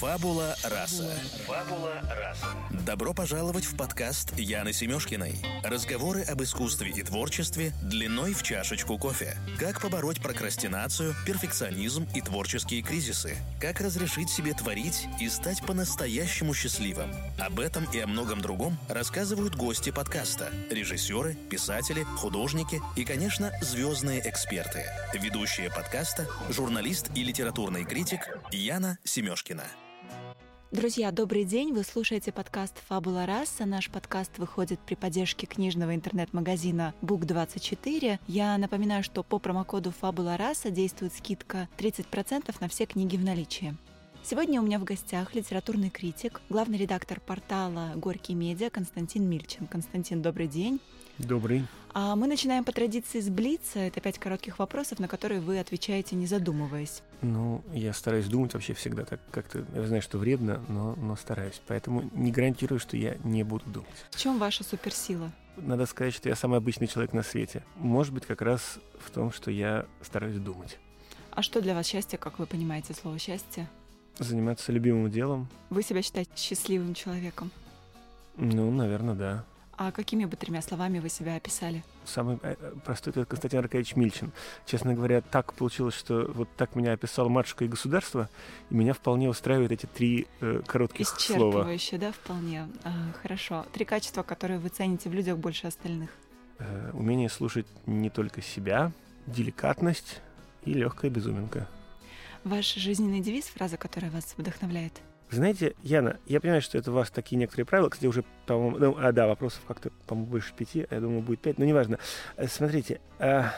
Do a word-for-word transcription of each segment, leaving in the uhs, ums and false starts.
Фабула раса. Фабула раса. Добро пожаловать в подкаст Яны Семёшкиной. Разговоры об искусстве и творчестве длиной в чашечку кофе. Как побороть прокрастинацию, перфекционизм и творческие кризисы. Как разрешить себе творить и стать по-настоящему счастливым. Об этом и о многом другом рассказывают гости подкаста. Режиссеры, писатели, художники и, конечно, звездные эксперты. Ведущая подкаста, журналист и литературный критик Яна Семёшкина. Друзья, добрый день! Вы слушаете подкаст «Фабула раса». Наш подкаст выходит при поддержке книжного интернет-магазина бук двадцать четыре. Я напоминаю, что по промокоду «Фабула раса» действует скидка тридцать процентов на все книги в наличии. Сегодня у меня в гостях литературный критик, главный редактор портала «Горький медиа» Константин Мильчин. Константин, добрый день! Добрый. А мы начинаем по традиции с блица. Это пять коротких вопросов, на которые вы отвечаете, не задумываясь. Ну, я стараюсь думать вообще всегда так как-то. Я знаю, что вредно, но, но стараюсь. Поэтому не гарантирую, что я не буду думать. В чем ваша суперсила? Надо сказать, что я самый обычный человек на свете. Может быть, как раз в том, что я стараюсь думать. А что для вас счастье, как вы понимаете слово «счастье»? Заниматься любимым делом. Вы себя считаете счастливым человеком? Ну, наверное, да. А какими бы тремя словами вы себя описали? Самый простой — это Константин Аркадьевич Мильчин. Честно говоря, так получилось, что вот так меня описал «Матушка и государство», и меня вполне устраивают эти три э, коротких слова. Исчерпывающе, да, вполне. А, хорошо. Три качества, которые вы цените в людях больше остальных. Э, умение слушать не только себя, деликатность и легкая безуминка. Ваш жизненный девиз, фраза, которая вас вдохновляет? Знаете, Яна, я понимаю, что это у вас такие некоторые правила. Кстати, уже, по-моему... Ну, а, да, вопросов как-то, по-моему, больше пяти, а я думаю, будет пять, но неважно. Смотрите, а,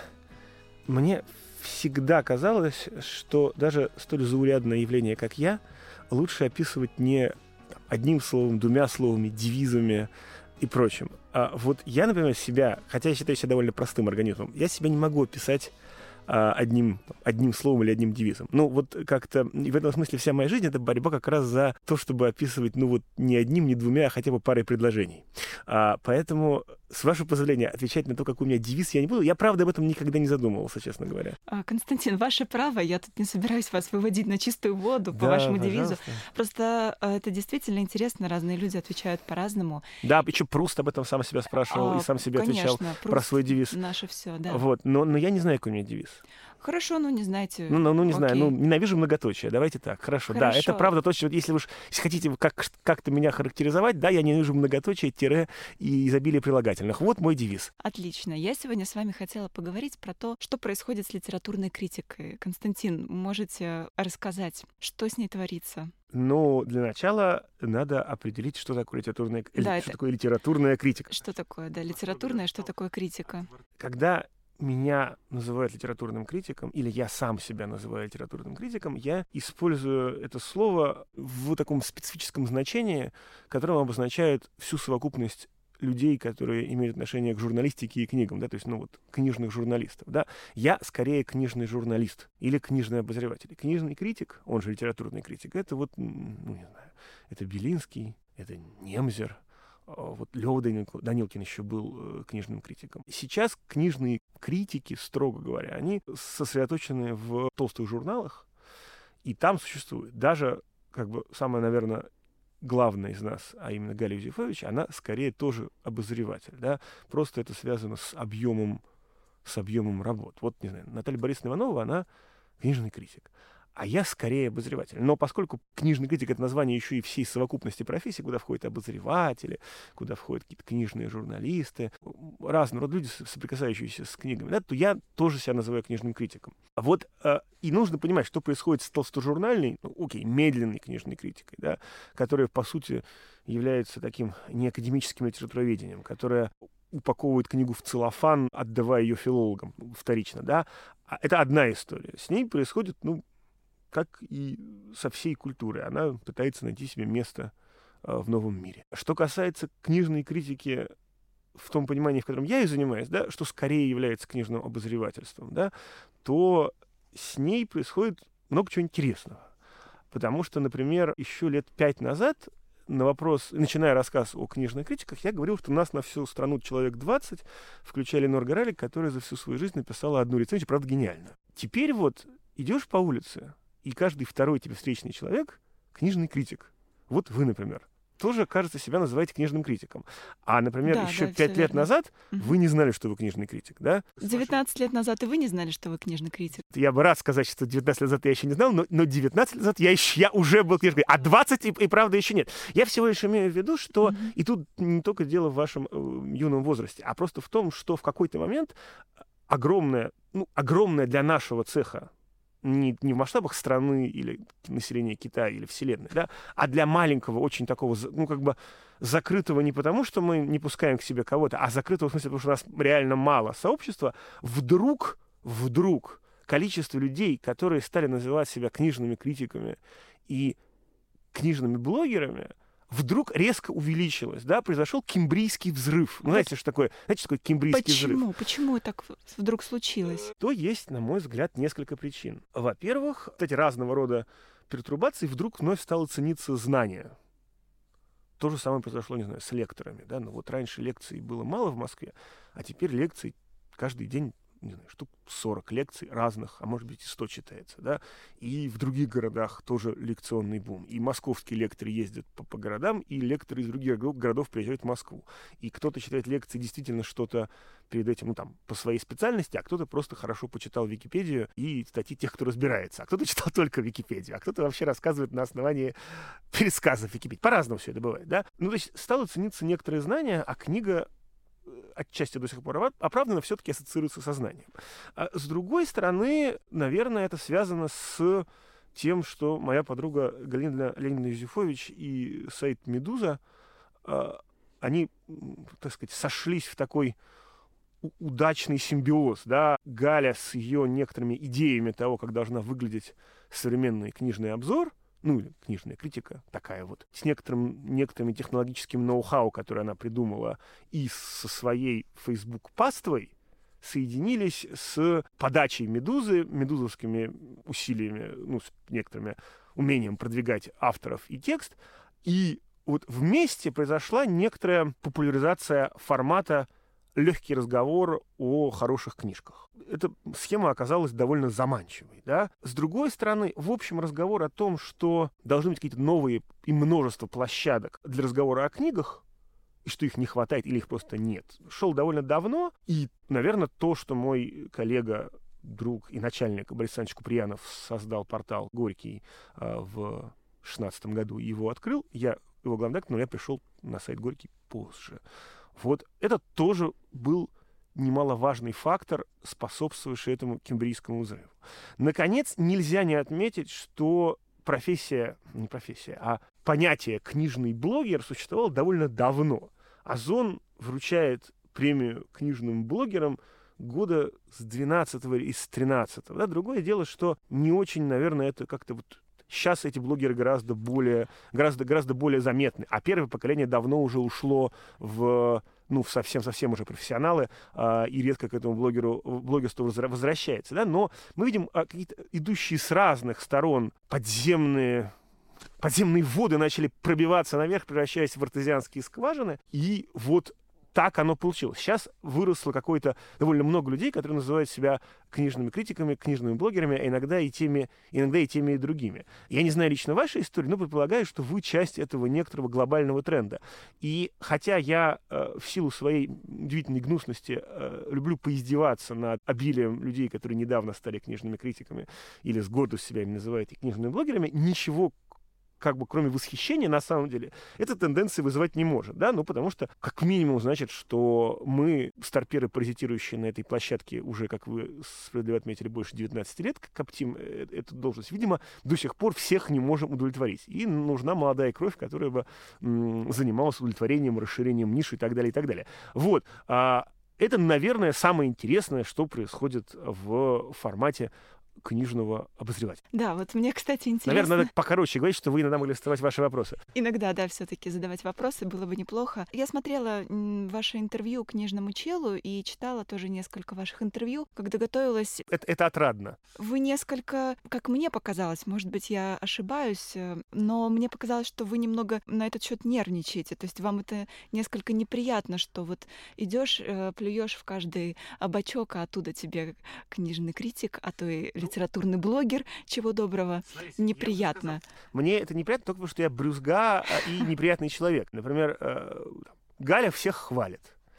мне всегда казалось, что даже столь заурядное явление, как я, лучше описывать не одним словом, двумя словами, девизами и прочим. А вот я, например, себя, хотя я считаю себя довольно простым организмом, я себя не могу описать Одним, одним словом или одним девизом. Ну, вот как-то в этом смысле вся моя жизнь — это борьба как раз за то, чтобы описывать, ну, вот не одним, не двумя, а хотя бы парой предложений. А, поэтому, с вашего позволения, отвечать на то, какой у меня девиз, я не буду. Я, правда, об этом никогда не задумывался, честно говоря. А, Константин, ваше право. Я тут не собираюсь вас выводить на чистую воду по да, вашему пожалуйста. девизу. Просто а, это действительно интересно. Разные люди отвечают по-разному. Да, еще Пруст об этом сам себя спрашивал а, и сам себе конечно, отвечал Пруст про свой девиз. Наше все, да. Вот, но, но я не знаю, какой у меня девиз. Хорошо, ну не знаете. Ну, ну, ну не Окей. знаю, ну ненавижу многоточие, давайте так, хорошо. хорошо. Да, это правда точно, вот если вы если хотите как, как-то меня характеризовать, да, я ненавижу многоточие, тире и изобилие прилагательных. Вот мой девиз. Отлично. Я сегодня с вами хотела поговорить про то, что происходит с литературной критикой. Константин, можете рассказать, что с ней творится? Ну, для начала надо определить, что такое литературная, да, что это... такое литературная критика. Что такое, да, литературная, что такое критика? Когда меня называют литературным критиком, или я сам себя называю литературным критиком, я использую это слово в таком специфическом значении, которым обозначает всю совокупность людей, которые имеют отношение к журналистике и книгам, да, то есть, ну вот, книжных журналистов, да. Я скорее книжный журналист или книжный обозреватель. Книжный критик, он же литературный критик, это вот, ну, не знаю, это Белинский, это Немзер. Вот Лёва Данилкин еще был э, книжным критиком. Сейчас книжные критики, строго говоря, они сосредоточены в толстых журналах, и там существует даже, как бы, самая, наверное, главная из нас, а именно Галя Юзефович, она скорее тоже обозреватель, да, просто это связано с объемом, с объемом работ. Вот, не знаю, Наталья Борисовна Иванова, она книжный критик. А я скорее обозреватель. Но поскольку книжный критик — это название еще и всей совокупности профессий, куда входят обозреватели, куда входят какие-то книжные журналисты, разные рода люди, соприкасающиеся с книгами, да, то я тоже себя называю книжным критиком. А вот э, и нужно понимать, что происходит с толстожурнальной, ну, окей, медленной книжной критикой, да, которая, по сути, является таким неакадемическим литературоведением, которая упаковывает книгу в целлофан, отдавая ее филологам вторично, да. А это одна история. С ней происходит, ну, как и со всей культурой. Она пытается найти себе место э, в новом мире. Что касается книжной критики в том понимании, в котором я и занимаюсь, да, что скорее является книжным обозревательством, да, то с ней происходит много чего интересного. Потому что, например, еще лет пять назад на вопрос, начиная рассказ о книжных критиках, я говорил, что у нас на всю страну человек двадцать, включая Ленор Горалик, которая за всю свою жизнь написала одну рецензию, правда, гениально. Теперь вот идешь по улице, и каждый второй тебе встречный человек книжный критик. Вот вы, например, тоже, кажется, себя называете книжным критиком. А, например, да, еще да, пять лет верно. назад угу. вы не знали, что вы книжный критик, да? девятнадцать лет назад и вы не знали, что вы книжный критик. Я бы рад сказать, что девятнадцать лет назад я еще не знал, но, но девятнадцать лет назад я, еще, я уже был книжный критик, а двадцать и, и правда еще нет. Я всего лишь имею в виду, что Mm-hmm. и тут не только дело в вашем э, юном возрасте, а просто в том, что в какой-то момент огромное, ну, огромное для нашего цеха, Не, не в масштабах страны или населения Китая или Вселенной, да, а для маленького, очень такого, ну, как бы закрытого не потому, что мы не пускаем к себе кого-то, а закрытого в смысле, потому что у нас реально мало сообщества, вдруг, вдруг количество людей, которые стали называть себя книжными критиками и книжными блогерами, вдруг резко увеличилось, да, произошел кембрийский взрыв. Ну, знаете, что такое, знаете, что такое кембрийский Почему? взрыв? Почему так вдруг случилось? То есть, на мой взгляд, несколько причин. Во-первых, эти разного рода пертурбации вдруг вновь стало цениться знание. То же самое произошло, не знаю, с лекторами, да, но вот раньше лекций было мало в Москве, а теперь лекций каждый день, не знаю, штук сорок лекций разных, а может быть и сто читается, да, и в других городах тоже лекционный бум. И московские лекторы ездят по, по городам, и лекторы из других городов приезжают в Москву. И кто-то читает лекции действительно что-то перед этим, ну, там, по своей специальности, а кто-то просто хорошо почитал Википедию и статьи тех, кто разбирается. А кто-то читал только Википедию, а кто-то вообще рассказывает на основании пересказов Википедии. По-разному все это бывает, да. Ну, то есть стало цениться некоторые знания, а книга отчасти до сих пор оправданно все-таки ассоциируется со знанием. А с другой стороны, наверное, это связано с тем, что моя подруга Галина Леонидовна Юзефович и сайт «Медуза», они, так сказать, сошлись в такой удачный симбиоз, да, Галя с ее некоторыми идеями того, как должна выглядеть современный книжный обзор, ну, или книжная критика такая вот, с некоторым, некоторыми технологическим ноу-хау, которое она придумала, и со своей Facebook-паствой соединились с подачей «Медузы», медузовскими усилиями, ну, с некоторыми умением продвигать авторов и текст, и вот вместе произошла некоторая популяризация формата легкий разговор о хороших книжках. Эта схема оказалась довольно заманчивой, да? С другой стороны, в общем, разговор о том, что должны быть какие-то новые и множество площадок для разговора о книгах, и что их не хватает или их просто нет, шел довольно давно. И, наверное, то, что мой коллега, друг и начальник Борис Александрович Куприянов создал портал «Горький» э, в шестнадцатом году и его открыл, я его главный редактор, но я пришел на сайт «Горький» позже. Вот это тоже был немаловажный фактор, способствовавший этому кембрийскому взрыву. Наконец, нельзя не отметить, что профессия, не профессия, а понятие «книжный блогер» существовало довольно давно. Озон вручает премию книжным блогерам года с двенадцатого и с тринадцатого. Да? Другое дело, что не очень, наверное, это как-то вот... Сейчас эти блогеры гораздо более, гораздо, гораздо более заметны. А первое поколение давно уже ушло в, ну, совсем-совсем уже профессионалы, э, и редко к этому блогеру, блогерству возвращается. Да? Но мы видим э, какие-то идущие с разных сторон подземные, подземные воды начали пробиваться наверх, превращаясь в артезианские скважины. И вот так оно получилось. Сейчас выросло какое-то довольно много людей, которые называют себя книжными критиками, книжными блогерами, а иногда и теми, иногда и теми, и другими. Я не знаю лично вашей истории, но предполагаю, что вы часть этого некоторого глобального тренда. И хотя я э, в силу своей удивительной гнусности э, люблю поиздеваться над обилием людей, которые недавно стали книжными критиками или с гордостью себя ими называют и книжными блогерами, ничего как бы кроме восхищения, на самом деле, эта тенденция вызывать не может, да, ну, потому что, как минимум, значит, что мы, старперы, паразитирующие на этой площадке, уже, как вы справедливо отметили, больше девятнадцати лет, коптим эту должность, видимо, до сих пор всех не можем удовлетворить. И нужна молодая кровь, которая бы м- занималась удовлетворением, расширением ниши и так далее, и так далее. Вот. А это, наверное, самое интересное, что происходит в формате книжного обозревателя. Да, вот мне, кстати, интересно... Наверное, надо покороче говорить, что вы иногда могли задавать ваши вопросы. Иногда, да, все-таки задавать вопросы было бы неплохо. Я смотрела м, ваше интервью книжному челу и читала тоже несколько ваших интервью, когда готовилась. Это, это отрадно. Вы несколько, как мне показалось, может быть, я ошибаюсь, но мне показалось, что вы немного на этот счет нервничаете. То есть вам это несколько неприятно, что вот идешь, плюешь в каждый бачок, а оттуда тебе книжный критик, а то и литературный блогер, чего доброго, неприятно. Мне это неприятно только потому, что я брюзга и неприятный человек. Например, Галя всех хвалит.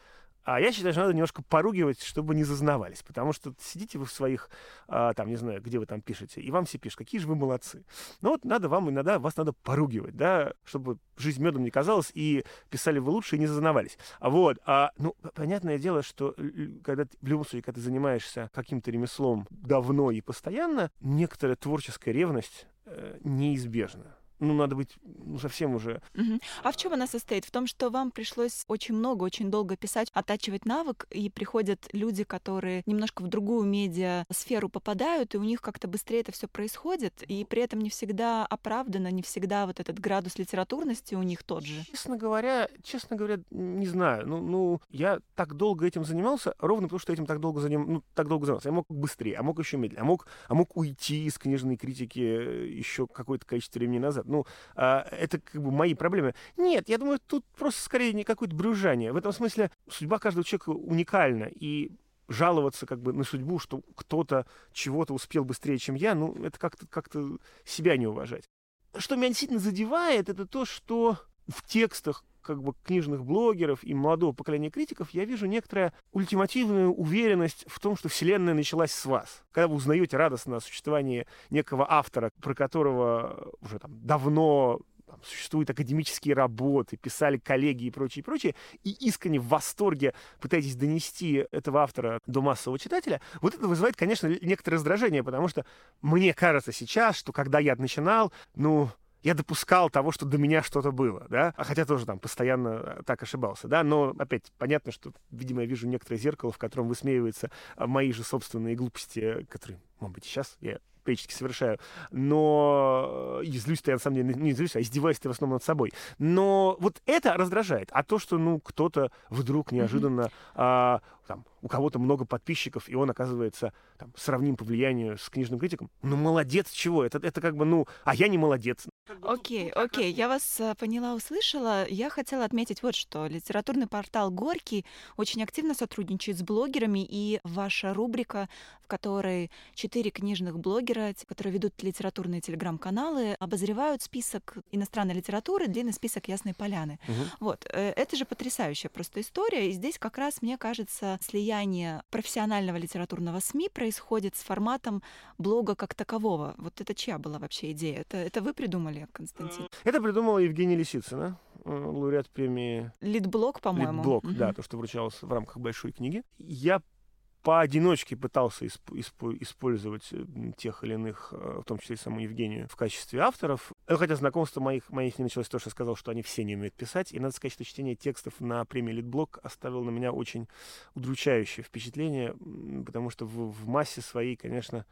А я считаю, что надо немножко поругивать, чтобы не зазнавались. Потому что сидите вы в своих, а, там, не знаю, где вы там пишете, и вам все пишут, какие же вы молодцы. Ну вот надо вам иногда, вас надо поругивать, да, чтобы жизнь медом не казалась, и писали вы лучше, и не зазнавались. А вот, а, ну, понятное дело, что когда ты, в любом случае, когда ты занимаешься каким-то ремеслом давно и постоянно, некоторая творческая ревность э, неизбежна. Ну, надо быть ну, совсем уже... Угу. А в чем она состоит? В том, что вам пришлось очень много, очень долго писать, оттачивать навык, и приходят люди, которые немножко в другую медиа-сферу попадают, и у них как-то быстрее это все происходит, и при этом не всегда оправдано, не всегда вот этот градус литературности у них тот же. Честно говоря, честно говоря, не знаю. Ну, ну я так долго этим занимался, ровно потому, что этим так долго, заним... ну, так долго занимался. Я мог быстрее, а мог еще медленнее, а мог, а мог уйти из книжной критики еще какое-то количество времени назад. Ну, а, это как бы мои проблемы. Нет, я думаю, тут просто скорее не какое-то брюзжание. В этом смысле судьба каждого человека уникальна, и жаловаться как бы на судьбу, что кто-то чего-то успел быстрее, чем я, ну, это как-то, как-то себя не уважать. Что меня действительно задевает, это то, что в текстах как бы книжных блогеров и молодого поколения критиков я вижу некоторая ультимативная уверенность в том, что вселенная началась с вас. Когда вы узнаете радостно о существовании некого автора, про которого уже там давно там, существуют академические работы, писали коллеги и прочее, и прочее, и искренне в восторге пытаетесь донести этого автора до массового читателя, вот это вызывает, конечно, некоторое раздражение, потому что мне кажется сейчас, что когда я начинал, ну... я допускал того, что до меня что-то было, да, а хотя тоже там постоянно так ошибался, да, но опять понятно, что, видимо, я вижу некоторое зеркало, в котором высмеиваются мои же собственные глупости, которые, может быть, сейчас я периодически совершаю, но и злюсь-то я, на самом деле, не злюсь, а издеваюсь-то в основном над собой. Но вот это раздражает. А то, что, ну, кто-то вдруг неожиданно, mm-hmm. а, там, у кого-то много подписчиков, и он оказывается там, сравним по влиянию с книжным критиком, ну, молодец, чего? Это, это как бы, ну, а я не молодец. Окей, okay, окей, okay. Я вас поняла, услышала. Я хотела отметить вот что. Литературный портал «Горький» очень активно сотрудничает с блогерами, и ваша рубрика, в которой четыре книжных блогера, которые ведут литературные телеграм-каналы, обозревают список иностранной литературы, длинный список «Ясной поляны». Угу. Вот. Это же потрясающая просто история, и здесь как раз, мне кажется, слияние профессионального литературного СМИ происходит с форматом блога как такового. Вот это чья была вообще идея? Это, это вы придумали, Константин? Это придумала Евгения Лисицына, лауреат премии... Литблог, по-моему. Литблог, угу. да, то, что вручалось в рамках большой книги. Я поодиночке пытался исп- исп- использовать тех или иных, в том числе и саму Евгению, в качестве авторов. Хотя знакомство моих, моих не началось то, что я сказал, что они все не умеют писать. И надо сказать, что чтение текстов на премии Литблог оставило на меня очень удручающее впечатление, потому что в, в массе своей, конечно...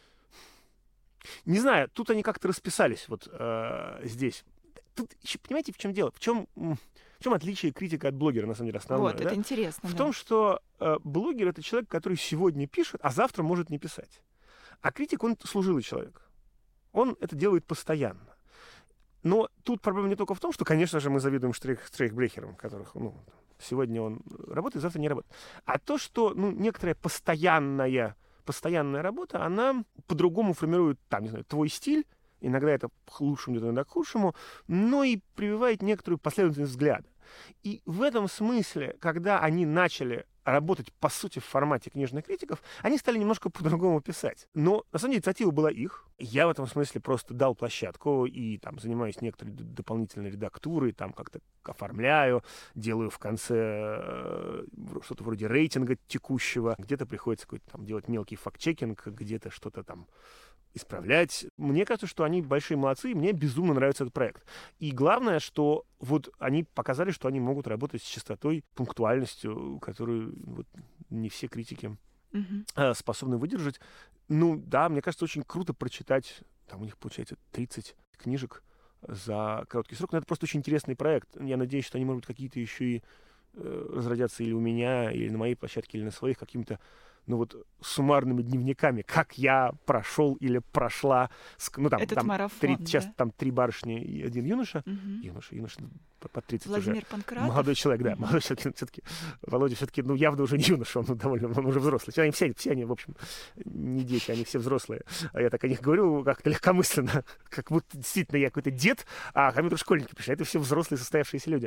Не знаю, тут они как-то расписались вот э, здесь. Тут еще, понимаете, в чем дело? В чем... В чем отличие критика от блогера, на самом деле, основное? Вот, это да? интересно. В да. том, что э, блогер — это человек, который сегодня пишет, а завтра может не писать. А критик, он служилый человек. Он это делает постоянно. Но тут проблема не только в том, что, конечно же, мы завидуем Штрейх, Штрейхбрехерам, которых, ну, сегодня он работает, завтра не работает. А то, что, ну, некоторая постоянная, постоянная работа, она по-другому формирует, там, не знаю, твой стиль, иногда это к лучшему, иногда к худшему, но и прививает некоторую последовательность взгляда. И в этом смысле, когда они начали работать, по сути, в формате книжных критиков, они стали немножко по-другому писать. Но, на самом деле, инициатива была их. Я в этом смысле просто дал площадку и там занимаюсь некоторой дополнительной редактурой, там как-то оформляю, делаю в конце э, что-то вроде рейтинга текущего. Где-то приходится какой-то там делать мелкий факт-чекинг, где-то что-то там исправлять. Мне кажется, что они большие молодцы, и мне безумно нравится этот проект. И главное, что вот они показали, что они могут работать с частотой, пунктуальностью, которую вот не все критики uh-huh. способны выдержать. Ну да, мне кажется, очень круто прочитать, там у них получается тридцать книжек за короткий срок, но это просто очень интересный проект. Я надеюсь, что они, может быть, какие-то еще и э, разродятся или у меня, или на моей площадке, или на своих какими-то ну вот суммарными дневниками, как я прошел или прошла, ну там, Этот там, марафон, три, да? сейчас там три барышни и один юноша, Угу. юноша, юноша по тридцать Владимир уже. Панкратов. Молодой человек, да, Угу. молодой человек, все-таки, Володя все-таки, ну явно уже не юноша, он довольно, он уже взрослый. Они все, все они, в общем, не дети, они все взрослые. А я так о них говорю как-то легкомысленно, как будто действительно я какой-то дед, а ко мне тут школьники пришли. Это все взрослые состоявшиеся люди.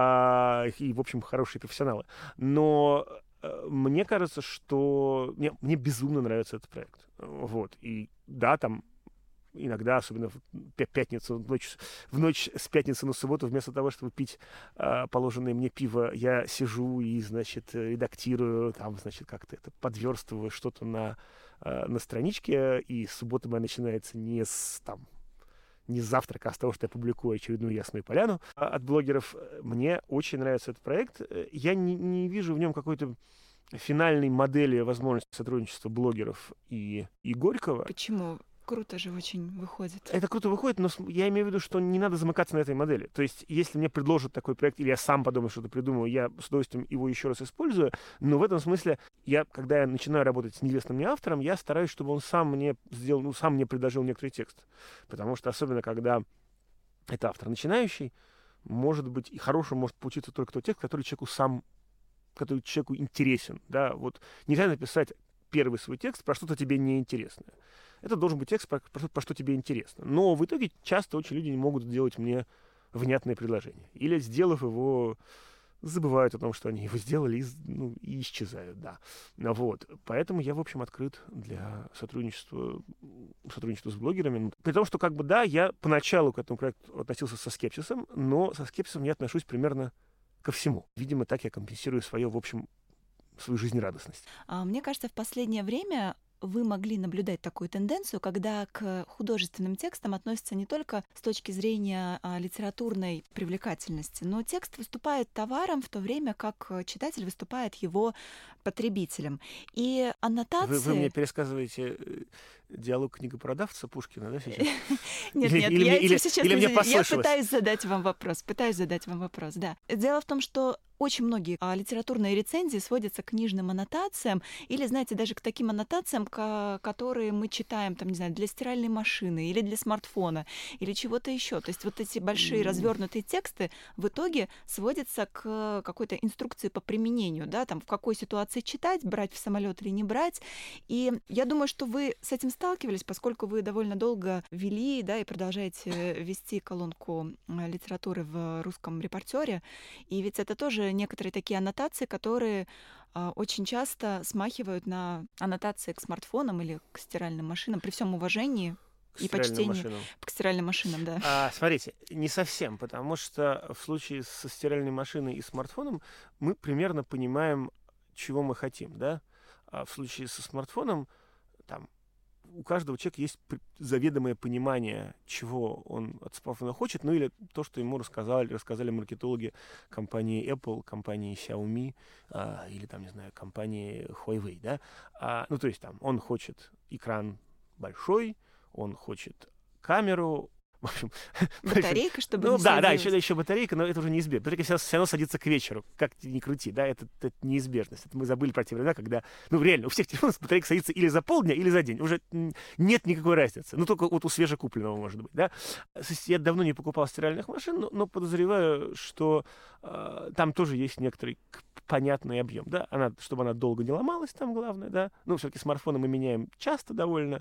А, и, в общем, хорошие профессионалы. Но мне кажется, что мне, мне безумно нравится этот проект. Вот. И да, там иногда, особенно в пятницу, в ночь, в ночь с пятницы на субботу, вместо того, чтобы пить э, положенное мне пиво, я сижу и, значит, редактирую, там, значит, как-то это подверстываю что-то на, э, на страничке, и суббота моя начинается не с, там, не с завтрака, а с того, что я публикую очередную Ясную Поляну от блогеров. Мне очень нравится этот проект. Я не, не вижу в нем какой-то финальной модели возможности сотрудничества блогеров и, и Горького. Почему? Круто же очень выходит. Это круто выходит, но я имею в виду, что не надо замыкаться на этой модели. То есть, если мне предложат такой проект, или я сам подумаю, что-то придумаю, я с удовольствием его еще раз использую. Но в этом смысле, я, когда я начинаю работать с неизвестным мне автором, я стараюсь, чтобы он сам мне сделал, ну, сам мне предложил некоторый текст. Потому что, особенно, когда это автор начинающий, может быть, и хорошим может получиться только тот текст, который человеку сам, который человеку интересен. Да? Вот нельзя написать первый свой текст про что-то тебе неинтересное. Это должен быть текст, про, про, про что тебе интересно. Но в итоге часто очень люди не могут сделать мне внятное предложение. Или, сделав его, забывают о том, что они его сделали, и, ну, и исчезают, да. Вот. Поэтому я, в общем, открыт для сотрудничества, сотрудничества с блогерами. При том, что, как бы, да, я поначалу к этому проекту относился со скепсисом, но со скепсисом я отношусь примерно ко всему. Видимо, так я компенсирую свое, в общем, свою жизнерадостность. А, мне кажется, в последнее время вы могли наблюдать такую тенденцию, когда к художественным текстам относятся не только с точки зрения а, литературной привлекательности, но текст выступает товаром, в то время как читатель выступает его потребителем. И аннотации... Вы, вы мне пересказываете диалог книгопродавца Пушкина, да, сейчас? Нет, или, нет, или, я или, сейчас или мне я пытаюсь задать вам вопрос, пытаюсь задать вам вопрос, да. Дело в том, что очень многие а, литературные рецензии сводятся к книжным аннотациям или, знаете, даже к таким аннотациям, к, которые мы читаем, там, не знаю, для стиральной машины или для смартфона или чего-то еще. То есть вот эти большие развернутые тексты в итоге сводятся к какой-то инструкции по применению, да, там, в какой ситуации читать, брать в самолет или не брать. И я думаю, что вы с этим сталкивались, поскольку вы довольно долго вели, да, и продолжаете вести колонку литературы в «Русском репортере». И ведь это тоже некоторые такие аннотации, которые а, очень часто смахивают на аннотации к смартфонам или к стиральным машинам, при всем уважении к и почтении машинам. к стиральным машинам, да. А, смотрите, не совсем, потому что в случае со стиральной машиной и смартфоном мы примерно понимаем, чего мы хотим, да? А в случае со смартфоном там у каждого человека есть заведомое понимание, чего он от смартфона хочет, ну или то, что ему рассказали, рассказали маркетологи компании Apple, компании Xiaomi, а, или там, не знаю, компании Huawei, да. А, ну, то есть там он хочет экран большой, он хочет камеру, в общем... Батарейка, чтобы ну, не да, да, садилась. еще, еще батарейка, но это уже неизбежно. Батарейка все, все равно садится к вечеру, как ни крути, да, это, это неизбежность. Это мы забыли про те времена, когда, ну, реально, у всех телефонов батарейка садится или за полдня, или за день. Уже нет никакой разницы. Ну, только вот у свежекупленного, может быть, да. Я давно не покупал стиральных машин, но, но подозреваю, что э, там тоже есть некоторый понятный объем, да, она, чтобы она долго не ломалась, там главное, да. Ну, все-таки смартфоны мы меняем часто довольно,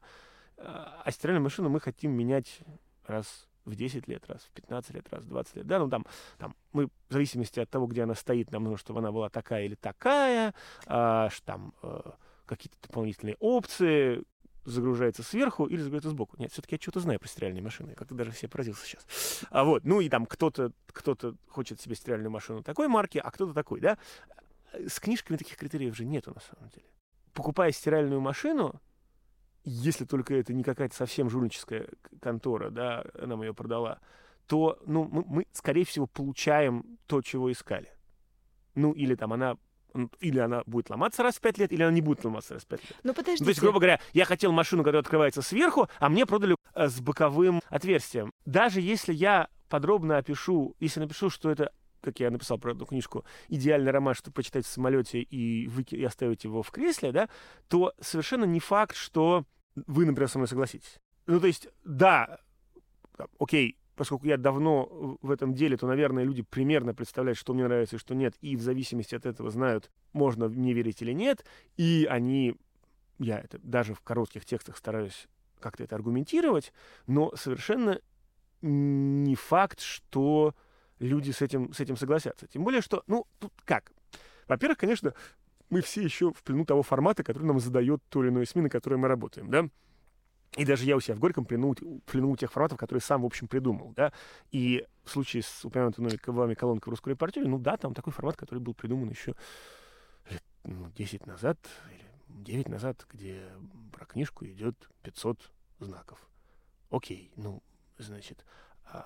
а стиральную машину мы хотим менять раз в десять лет, раз в пятнадцать лет, раз в двадцать лет. Да, ну там, там мы, в зависимости от того, где она стоит, нам нужно, чтобы она была такая или такая, а, что там а, какие-то дополнительные опции, загружается сверху или загружается сбоку. Нет, все-таки я что-то знаю про стиральные машины. Я как-то даже себе поразился сейчас. А вот, ну и там кто-то, кто-то хочет себе стиральную машину такой марки, а кто-то такой, да. С книжками таких критериев же нету на самом деле. Покупая стиральную машину, если только это не какая-то совсем жульническая контора, да, нам ее продала, то, ну, мы, мы, скорее всего, получаем то, чего искали. Ну, или там она, или она будет ломаться раз в пять лет, или она не будет ломаться раз в пять лет. Ну, подождите. Ну, то есть, грубо говоря, я хотел машину, которая открывается сверху, а мне продали э, с боковым отверстием. Даже если я подробно опишу, если напишу, что это как я написал про эту книжку, идеальный роман, чтобы почитать в самолете и, выки... и оставить его в кресле, да, то совершенно не факт, что вы, например, со мной согласитесь. Ну, то есть, да, окей, поскольку я давно в этом деле, то, наверное, люди примерно представляют, что мне нравится и что нет, и в зависимости от этого знают, можно мне верить или нет, и они, я это даже в коротких текстах стараюсь как-то это аргументировать, но совершенно не факт, что люди с этим, с этим согласятся. Тем более, что, ну, тут как? Во-первых, конечно, мы все еще в плену того формата, который нам задает то или иное СМИ, на которой мы работаем, да? И даже я у себя в Горьком плену, плену тех форматов, которые сам, в общем, придумал, да. И в случае с упомянутой вами колонкой в «Русском репортере», ну да, там такой формат, который был придуман еще лет ну, десять назад или девять назад, где про книжку идет пятьсот знаков. Окей, ну, значит, в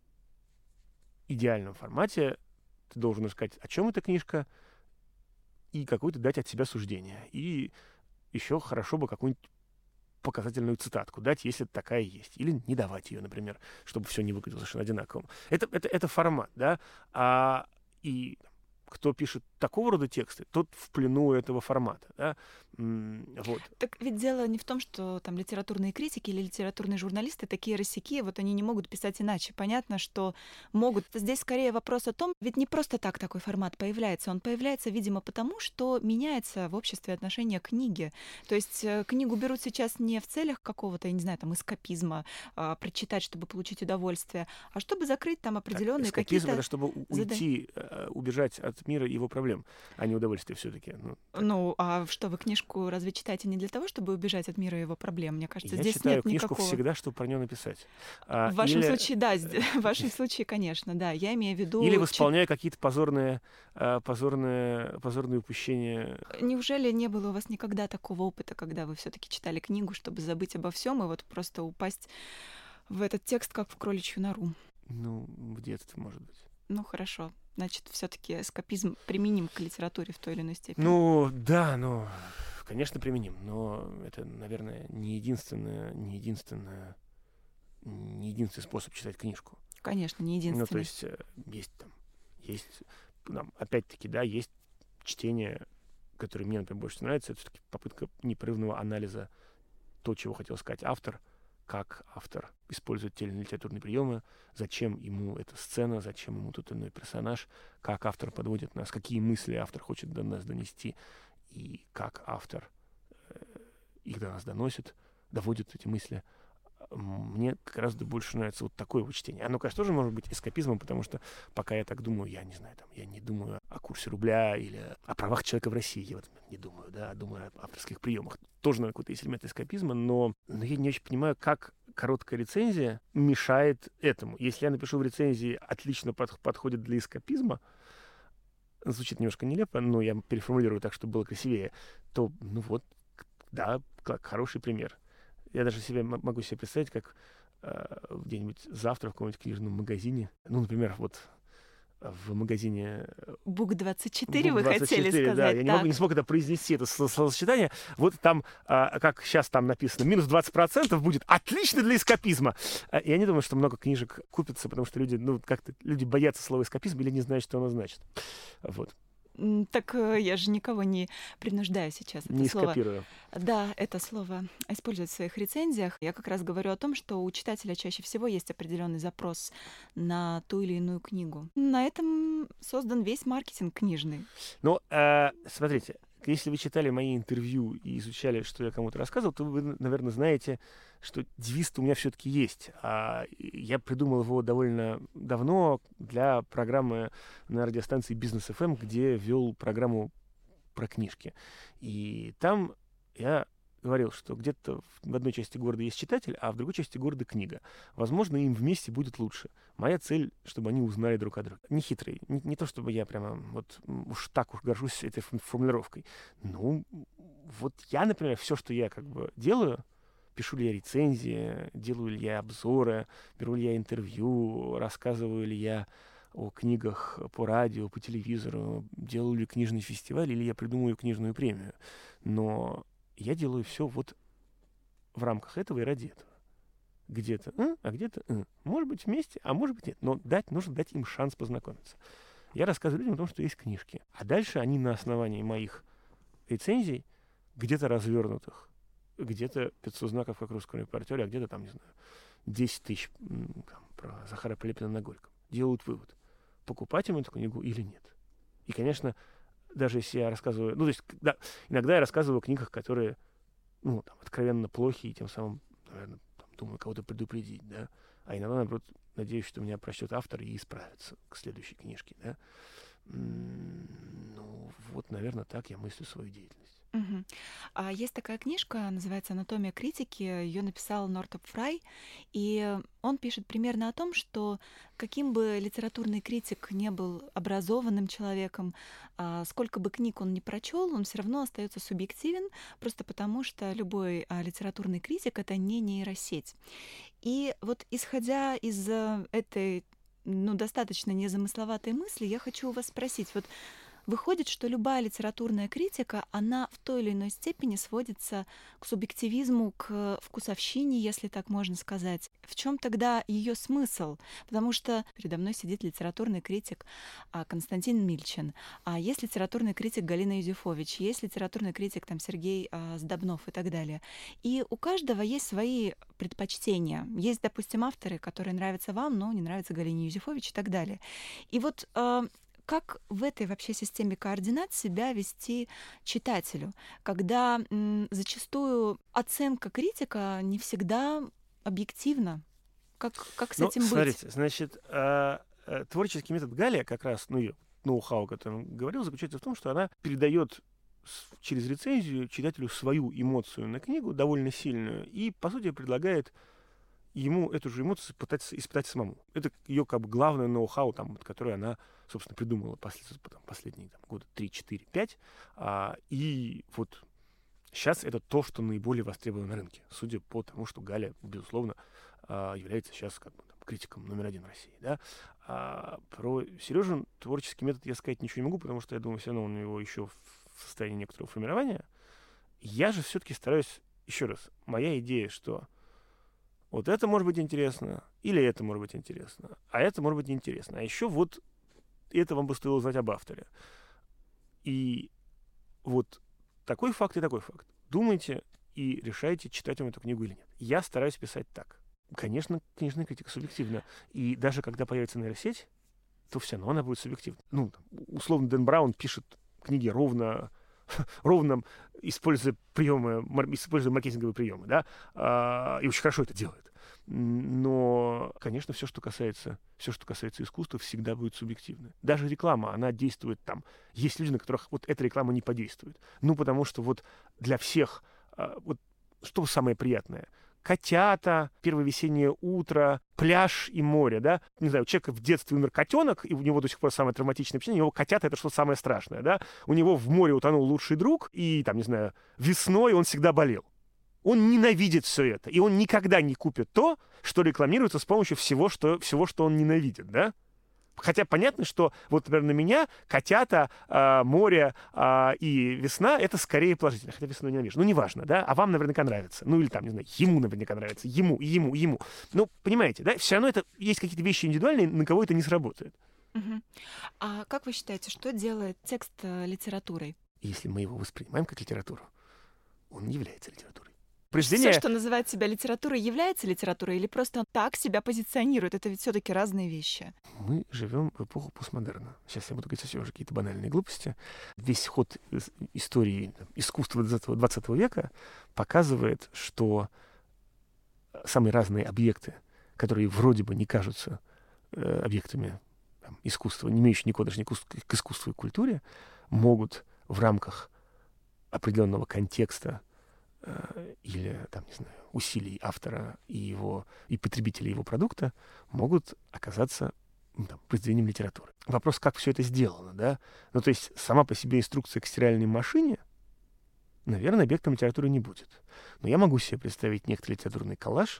идеальном формате ты должен сказать, о чем эта книжка, и какое-то дать от себя суждение. И еще хорошо бы какую-нибудь показательную цитатку дать, если такая есть. Или не давать ее, например, чтобы все не выглядело совершенно одинаковым. Это, это, это формат, да? А, и кто пишет такого рода тексты, тот в плену этого формата, да? Вот. Так ведь дело не в том, что там литературные критики или литературные журналисты такие рассеки, вот они не могут писать иначе. Понятно, что могут. Здесь скорее вопрос о том, ведь не просто так такой формат появляется. Он появляется, видимо, потому, что меняется в обществе отношение к книге. То есть книгу берут сейчас не в целях какого-то, я не знаю, там, эскапизма, а, прочитать, чтобы получить удовольствие, а чтобы закрыть там определенные так, какие-то... Эскапизм — это чтобы уйти, зада... убежать от мира и его проблем, а не удовольствие все-таки. Ну, ну, а что, вы книжку разве читаете не для того, чтобы убежать от мира и его проблем? Мне кажется, я здесь читаю нет книжку никакого... всегда, чтобы про нее написать. А, в вашем или... случае, да, в вашем случае, конечно, да. Я имею в виду... Или восполняю какие-то позорные, позорные, позорные упущения. Неужели не было у вас никогда такого опыта, когда вы все-таки читали книгу, чтобы забыть обо всем и вот просто упасть в этот текст, как в кроличью нору? Ну, в детстве, может быть. Ну, хорошо. Значит, все-таки эскапизм применим к литературе в той или иной степени. Ну, да, ну, конечно, применим. Но это, наверное, не единственное, не единственное, не единственный способ читать книжку. Конечно, не единственный. Ну, то есть есть там, есть, там, опять-таки, да, есть чтение, которое мне, например, больше нравится. Это все-таки попытка непрерывного анализа того, чего хотел сказать автор, как автор использует те или иные литературные приемы, зачем ему эта сцена, зачем ему тот или иной персонаж, как автор подводит нас, какие мысли автор хочет до нас донести, и как автор э, их до нас доносит, доводит эти мысли. Мне гораздо больше нравится вот такое вот чтение. Оно, конечно, тоже может быть эскапизмом, потому что пока я так думаю, я не знаю, там, я не думаю о курсе рубля или о правах человека в России, я вот не думаю, да, думаю о авторских приемах. Тоже, наверное, какой-то есть элемент эскапизма, но, но я не очень понимаю, как короткая рецензия мешает этому. Если я напишу в рецензии «отлично под, подходит для эскапизма», звучит немножко нелепо, но я переформулирую так, чтобы было красивее, то, ну вот, да, как хороший пример. Я даже себе могу себе представить, как э, где-нибудь завтра в каком-нибудь книжном магазине, ну, например, вот в магазине... Бук двадцать четыре вы хотели сказать, да, я не, могу, не смог это произнести, это словосочетание. Вот там, э, как сейчас там написано, минус двадцать процентов будет отлично для эскапизма. Я не думаю, что много книжек купится, потому что люди, ну, как-то люди боятся слова эскапизм или не знают, что оно значит. Вот. Так я же никого не принуждаю сейчас это не слово. Скопирую. Да, это слово использовать в своих рецензиях. Я как раз говорю о том, что у читателя чаще всего есть определенный запрос на ту или иную книгу. На этом создан весь маркетинг книжный. Ну, э, смотрите, если вы читали мои интервью и изучали, что я кому-то рассказывал, то вы, наверное, знаете, что девиз-то у меня все-таки есть. А я придумал его довольно давно для программы на радиостанции Бизнес эф эм, где вел программу про книжки. И там я говорил, что где-то в одной части города есть читатель, а в другой части города книга. Возможно, им вместе будет лучше. Моя цель, чтобы они узнали друг о друге. Не хитрый. Не, не то, чтобы я прямо вот уж так уж горжусь этой формулировкой. Ну, вот я, например, все, что я как бы делаю, пишу ли я рецензии, делаю ли я обзоры, беру ли я интервью, рассказываю ли я о книгах по радио, по телевизору, делаю ли книжный фестиваль, или я придумываю книжную премию. Но я делаю все вот в рамках этого и ради этого. Где-то, а, а где-то, а. Может быть, вместе, а может быть, нет. Но дать, нужно дать им шанс познакомиться. Я рассказываю людям о том, что есть книжки. А дальше они на основании моих рецензий, где-то развернутых, где-то пятьсот знаков, как в русском репортере, а где-то там, не знаю, десять тысяч там, про Захара Прилепина на Горьком, делают вывод, покупать ему эту книгу или нет. И, конечно, даже если я рассказываю... Ну, то есть, да, иногда я рассказываю о книгах, которые, ну, там, откровенно плохи, и тем самым, наверное, там, думаю, кого-то предупредить, да. А иногда, наоборот, надеюсь, что меня прочтет автор и исправится к следующей книжке, да. Ну, вот, наверное, так я мыслю свою деятельность. Мгм. А есть такая книжка, называется «Анатомия критики». Ее написал Нортроп Фрай, и он пишет примерно о том, что каким бы литературный критик не был образованным человеком, а, сколько бы книг он ни прочел, он все равно остается субъективен, просто потому что любой а, литературный критик — это не нейросеть. И вот исходя из э, этой, ну, достаточно незамысловатой мысли, я хочу у вас спросить, вот выходит, что любая литературная критика, она в той или иной степени сводится к субъективизму, к вкусовщине, если так можно сказать. В чем тогда ее смысл? Потому что передо мной сидит литературный критик а, Константин Мильчин, а есть литературный критик Галина Юзефович, есть литературный критик там, Сергей а, Сдобнов и так далее. И у каждого есть свои предпочтения. Есть, допустим, авторы, которые нравятся вам, но не нравятся Галине Юзефович и так далее. И вот а, как в этой вообще системе координат себя вести читателю, когда м, зачастую оценка критика не всегда объективна? Как, как с Ну, этим быть? смотрите, значит, а, а, творческий метод Галя, как раз, ну, ее ноу-хау, о котором говорил, заключается в том, что она передает с- через рецензию читателю свою эмоцию на книгу, довольно сильную, и, по сути, предлагает ему эту же эмоцию пытаться испытать самому. Это ее как бы главное ноу-хау, там, вот, которое она, собственно, придумала послед, там, последние там, года три, четыре, пять. А, и вот сейчас это то, что наиболее востребовано на рынке, судя по тому, что Галя, безусловно, а, является сейчас как бы, там, критиком номер один в России. Да? А про Сережин творческий метод я сказать ничего не могу, потому что я думаю, все равно у него еще в состоянии некоторого формирования. Я же все-таки стараюсь, еще раз, моя идея, что вот это может быть интересно, или это может быть интересно, а это может быть неинтересно. А еще вот это вам бы стоило знать об авторе. И вот такой факт и такой факт. Думайте и решайте, читать вам эту книгу или нет. Я стараюсь писать так. Конечно, книжная критика субъективна. И даже когда появится нейросеть, то все равно она будет субъективна. Ну, там, условно, Дэн Браун пишет книги ровно, ровно используя приемы, мар- используя маркетинговые приемы, да, а, и очень хорошо это делает. Но, конечно, все, что касается, все, что касается искусства, всегда будет субъективно. Даже реклама, она действует там. Есть люди, на которых вот эта реклама не подействует. Ну, потому что вот для всех, а, вот что самое приятное? Котята, первое весеннее утро, пляж и море, да? Не знаю, у человека в детстве умер котенок, и у него до сих пор самое травматичное впечатление, у него котята — это что-то самое страшное, да? У него в море утонул лучший друг, и, там, не знаю, весной он всегда болел. Он ненавидит все это, и он никогда не купит то, что рекламируется с помощью всего, что, всего, что он ненавидит, да? Хотя понятно, что вот, например, на меня котята, э, море э, и весна — это скорее положительно. Хотя весну ненавижу. Ну, неважно, да? А вам наверняка нравится. Ну, или там, не знаю, ему наверняка нравится. Ему, ему, ему. Ну, понимаете, да? Все равно это есть какие-то вещи индивидуальные, на кого это не сработает. Мгм. А как вы считаете, что делает текст э, литературой? Если мы его воспринимаем как литературу, он не является литературой. Все, Произведение... что называет себя литературой, является литературой или просто так себя позиционирует? Это ведь все-таки разные вещи. Мы живем в эпоху постмодерна. Сейчас я буду говорить совсем уже какие-то банальные глупости. Весь ход ис- истории там, искусства двадцатого века показывает, что самые разные объекты, которые вроде бы не кажутся э, объектами там, искусства, не имеющие никакого даже к искусству и культуре, могут в рамках определенного контекста э, или, там, не знаю, усилий автора и, его, и потребителей его продукта могут оказаться ну, там, произведением литературы. Вопрос, как все это сделано, да? Ну, то есть сама по себе инструкция к стиральной машине, наверное, объектом литературы не будет. Но я могу себе представить некоторый литературный коллаж,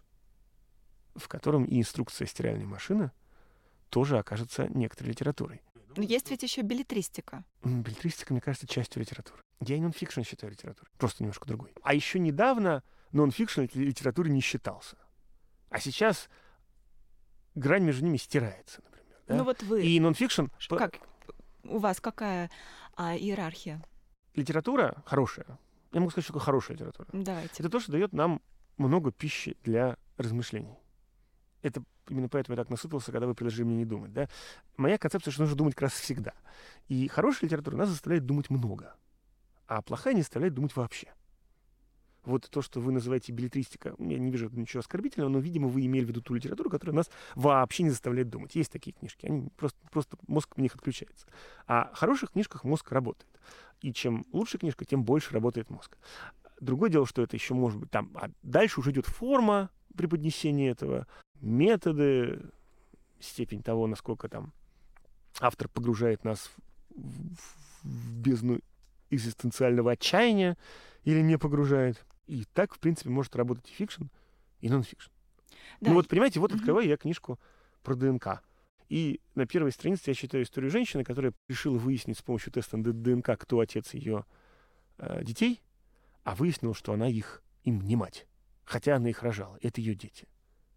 в котором и инструкция стиральной машины тоже окажется некоторой литературой. Но есть ведь еще беллетристика. Беллетристика, мне кажется, частью литературы. Я и нонфикшн считаю литературой. Просто немножко другой. А еще недавно нонфикшн литературой не считался. А сейчас грань между ними стирается, например. Да? Ну вот вы... И нонфикшн... Ш- Как? У вас какая а, иерархия? Литература хорошая. Я могу сказать, что такое хорошая литература. Давайте. Это то, что дает нам много пищи для размышлений. Это именно поэтому я так насытился, когда вы предложили мне не думать. Да? Моя концепция, что нужно думать как раз всегда. И хорошая литература нас заставляет думать много, а плохая не заставляет думать вообще. Вот то, что вы называете беллетристика, я не вижу ничего оскорбительного, но, видимо, вы имели в виду ту литературу, которая нас вообще не заставляет думать. Есть такие книжки, они просто, просто мозг в них отключается. А в хороших книжках мозг работает. И чем лучше книжка, тем больше работает мозг. Другое дело, что это еще может быть там... А дальше уже идет форма преподнесения этого, методы, степень того, насколько там автор погружает нас в, в бездну экзистенциального отчаяния или не погружает. И так, в принципе, может работать и фикшн, и нон-фикшн. Да. Ну вот, понимаете, вот открываю я книжку про ДНК. И на первой странице я читаю историю женщины, которая решила выяснить с помощью теста ДНК, кто отец ее э, детей, а выяснила, что она их, им не мать. Хотя она их рожала. Это ее дети.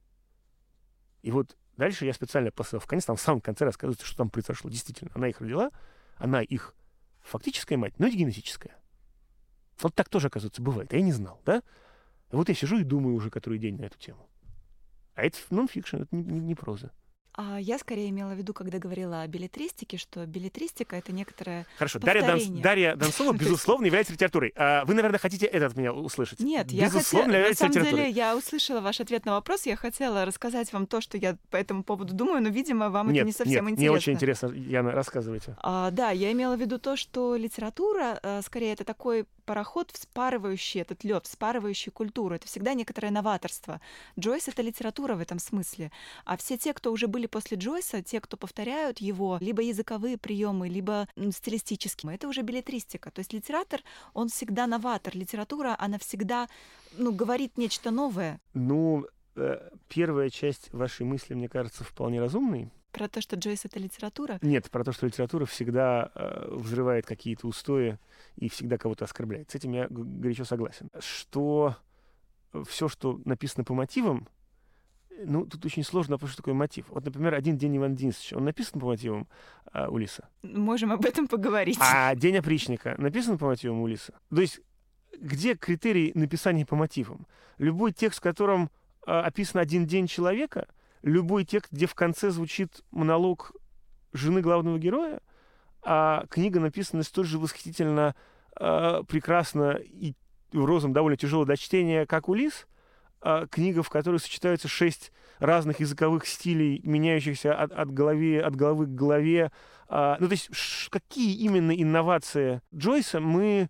И вот дальше я специально посыл в конец, там в самом конце рассказывается, что там произошло. Действительно, она их родила, она их фактическая мать, но и генетическая. Вот так тоже, оказывается, бывает. А я не знал, да? И вот я сижу и думаю уже который день на эту тему. А это нон-фикшн, это не, не, не проза. А я скорее имела в виду, когда говорила о беллетристике, что беллетристика — это некоторое Хорошо, Дарья, Донс, Дарья Донцова, безусловно, является литературой. А вы, наверное, хотите это от меня услышать? Нет, я хотела... На самом деле, я услышала ваш ответ на вопрос, я хотела рассказать вам то, что я по этому поводу думаю, но, видимо, вам нет, это не совсем нет, интересно. Мне очень интересно, Яна, рассказывайте. А, да, я имела в виду то, что литература, а, скорее, это такой пароход, вспарывающий этот лед, вспарывающий культуру. Это всегда некоторое новаторство. Джойс — это литература в этом смысле. А все те, кто уже были после Джойса, те, кто повторяют его, либо языковые приемы, либо стилистические, это уже беллетристика. То есть литератор, он всегда новатор. Литература, она всегда, ну, говорит нечто новое. Ну, э, первая часть вашей мысли, мне кажется, вполне разумной. Про то, что Джойс — это литература? Нет, про то, что литература всегда э, взрывает какие-то устои и всегда кого-то оскорбляет. С этим я горячо согласен. Что все, что написано по мотивам, ну, тут очень сложно, потому что такой мотив. Вот, например, «Один день Ивана Денисовича», он написан по мотивам э, Улисса? Можем об этом поговорить. А «День опричника» написан по мотивам Улисса? То есть где критерий написания по мотивам? Любой текст, в котором э, описан один день человека, любой текст, где в конце звучит монолог жены главного героя, а книга написана столь же восхитительно, э, прекрасно и розам довольно тяжело до чтения, как «Улисс», э, книга, в которой сочетаются шесть разных языковых стилей, меняющихся от, от, голове, от головы к голове. Э, ну, то есть ш, какие именно инновации Джойса мы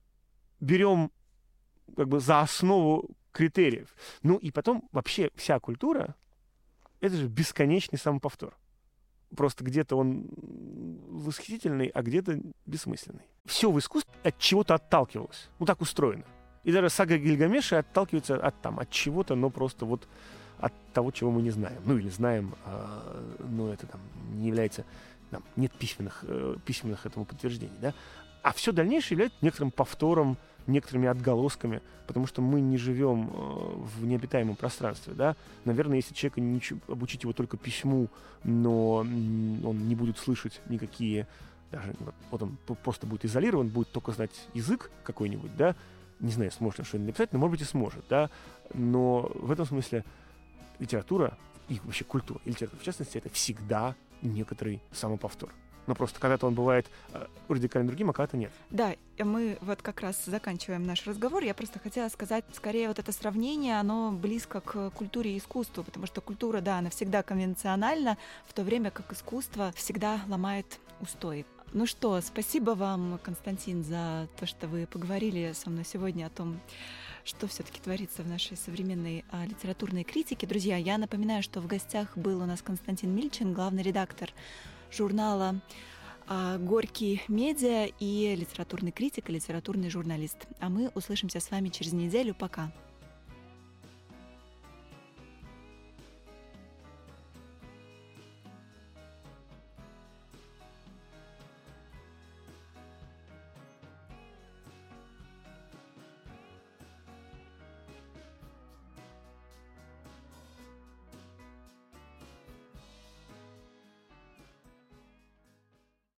берем как бы за основу критериев. Ну и потом вообще вся культура — это же бесконечный самоповтор. Просто где-то он восхитительный, а где-то бессмысленный. Все в искусстве от чего-то отталкивалось. Ну, так устроено. И даже сага Гильгамеша отталкивается от, там, от чего-то, но просто вот от того, чего мы не знаем. Ну, или знаем, э, но это там не является... Там, нет письменных, э, письменных этому подтверждений, да? А все дальнейшее является некоторым повтором, некоторыми отголосками, потому что мы не живем э, в необитаемом пространстве, да. Наверное, если человека ничего, обучить его только письму, но он не будет слышать никакие, даже вот, вот он просто будет изолирован, будет только знать язык какой-нибудь, да. Не знаю, сможет ли что-нибудь написать, но, может быть, и сможет, да. Но в этом смысле литература и вообще культура, и литература, в частности, это всегда некоторый самоповтор. Но просто когда-то он бывает э, радикально другим, а когда-то нет. Да, мы вот как раз заканчиваем наш разговор. Я просто хотела сказать, скорее вот это сравнение, оно близко к культуре и искусству, потому что культура, да, она всегда конвенциональна, в то время как искусство всегда ломает устои. Ну что, спасибо вам, Константин, за то, что вы поговорили со мной сегодня о том, что все-таки творится в нашей современной а, литературной критике. Друзья, я напоминаю, что в гостях был у нас Константин Мильчин, главный редактор журнала а, «Горький медиа» и литературный критик и литературный журналист. А мы услышимся с вами через неделю. Пока.